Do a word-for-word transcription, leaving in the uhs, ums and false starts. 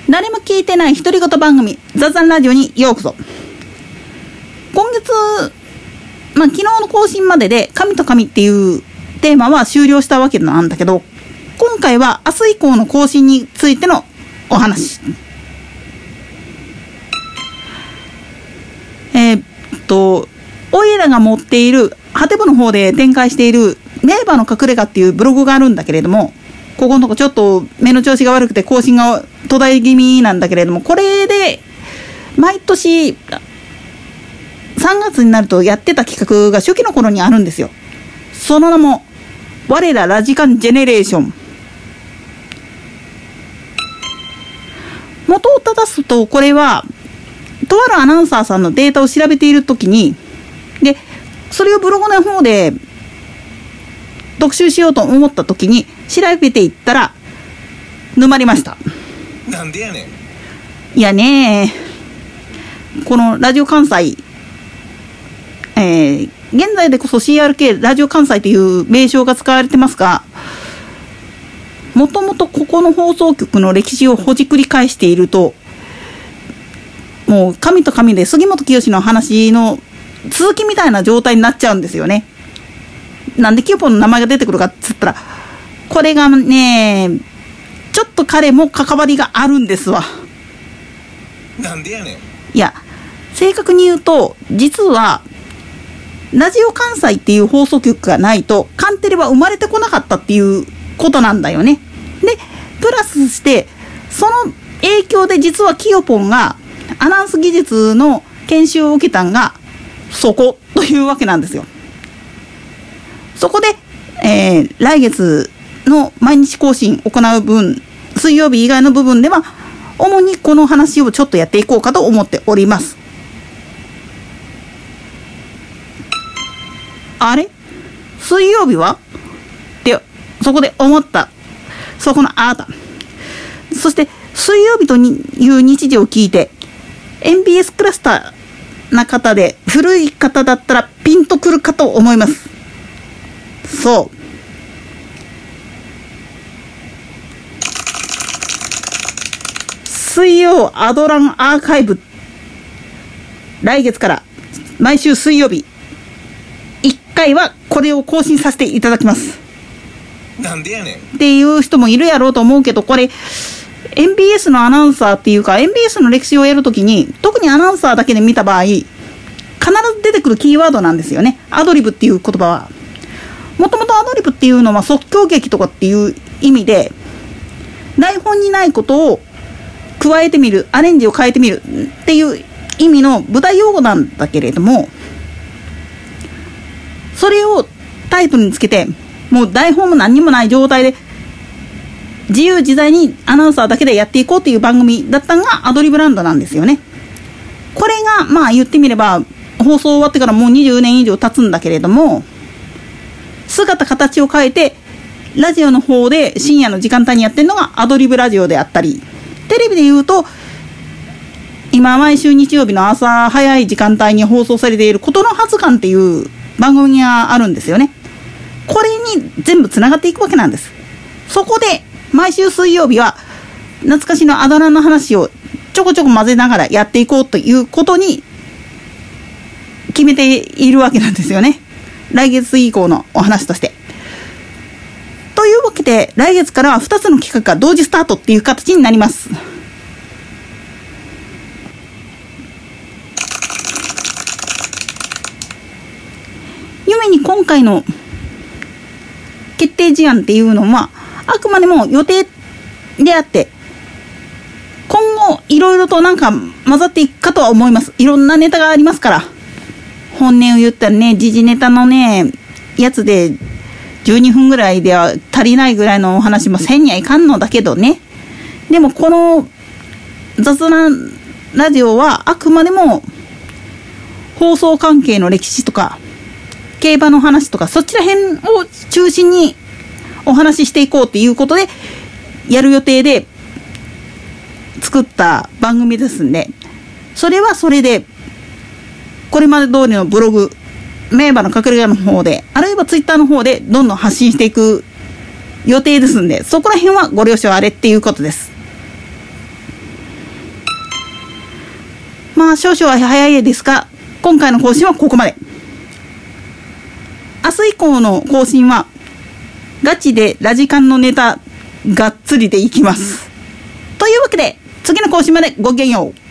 誰も聞いてない独り言番組雑談ラジオにようこそ。今月、まあ、昨日の更新までで神と神っていうテーマは終了したわけなんだけど、今回は明日以降の更新についてのお話。えー、っとおいらが持っているハテブの方で展開している名馬の隠れ家っていうブログがあるんだけれども、ここのとこちょっと目の調子が悪くて更新が途絶え気味なんだけれども、これで毎年さんがつになるとやってた企画が初期の頃にあるんですよ。その名も我らラジカンジェネレーション。元を正すと、これはとあるアナウンサーさんのデータを調べているときに、でそれをブログの方で特集しようと思ったときに調べていったら沼りました。 なんでやねん。いやねー、このラジオ関西、えー、現在でこそ シーアールケー ラジオ関西という名称が使われてますが、もともとここの放送局の歴史をほじくり返していると、もう神と神で杉本清の話の続きみたいな状態になっちゃうんですよね。なんでキューポンの名前が出てくるかっつったら、これがね、ちょっと彼も関わりがあるんですわ。 なんでやねん。 いや、正確に言うと、実はラジオ関西っていう放送局がないとカンテレは生まれてこなかったっていうことなんだよね。でプラスしてその影響で、実はキヨポンがアナウンス技術の研修を受けたんがそこというわけなんですよ。そこで、えー、来月の毎日更新行う分、水曜日以外の部分では主にこの話をちょっとやっていこうかと思っております。あれ、水曜日はってそこで思った、そこのあなた。そして水曜日という日時を聞いて エヌビーエス クラスターな方で古い方だったらピンとくるかと思います。そう、水曜アドランアーカイブ、来月から毎週水曜日いっかいはこれを更新させていただきます。 なんでやねんっていう人もいるやろうと思うけど、これ エヌビーエス のアナウンサーっていうか エヌビーエス の歴史をやるときに、特にアナウンサーだけで見た場合必ず出てくるキーワードなんですよね。アドリブっていう言葉は、もともとアドリブっていうのは即興劇とかっていう意味で、台本にないことを加えてみる、アレンジを変えてみるっていう意味の舞台用語なんだけれども、それをタイトルにつけて、もう台本も何にもない状態で自由自在にアナウンサーだけでやっていこうっていう番組だったのがアドリブランドなんですよね。これがまあ言ってみれば放送終わってからもうにじゅうねん以上経つんだけれども、姿形を変えてラジオの方で深夜の時間帯にやってるのがアドリブラジオであったり、テレビで言うと今毎週日曜日の朝早い時間帯に放送されていることのはず感っていう番組があるんですよね。これに全部つながっていくわけなんです。そこで毎週水曜日は懐かしのアドランの話をちょこちょこ混ぜながらやっていこうということに決めているわけなんですよね。来月以降のお話として。というわけで来月からはふたつの企画が同時スタートっていう形になります。夢に今回の決定事案っていうのはあくまでも予定であって、今後いろいろとなんか混ざっていくかとは思います。いろんなネタがありますから。本音を言ったらね、時事ネタのねやつでじゅうにふんぐらいでは足りないぐらいのお話もせんにはいかんのだけどね。でもこの雑談ラジオはあくまでも放送関係の歴史とか競馬の話とかそっちら辺を中心にお話ししていこうっていうことでやる予定で作った番組ですんで、それはそれでこれまで通りのブログ、名馬の隠れ家の方で、あるいはツイッターの方でどんどん発信していく予定ですんで、そこら辺はご了承あれっていうことです。 まあ少々は早いですが、今回の更新はここまで。明日以降の更新はガチでラジカンのネタがっつりでいきます。というわけで次の更新までごきげんよう。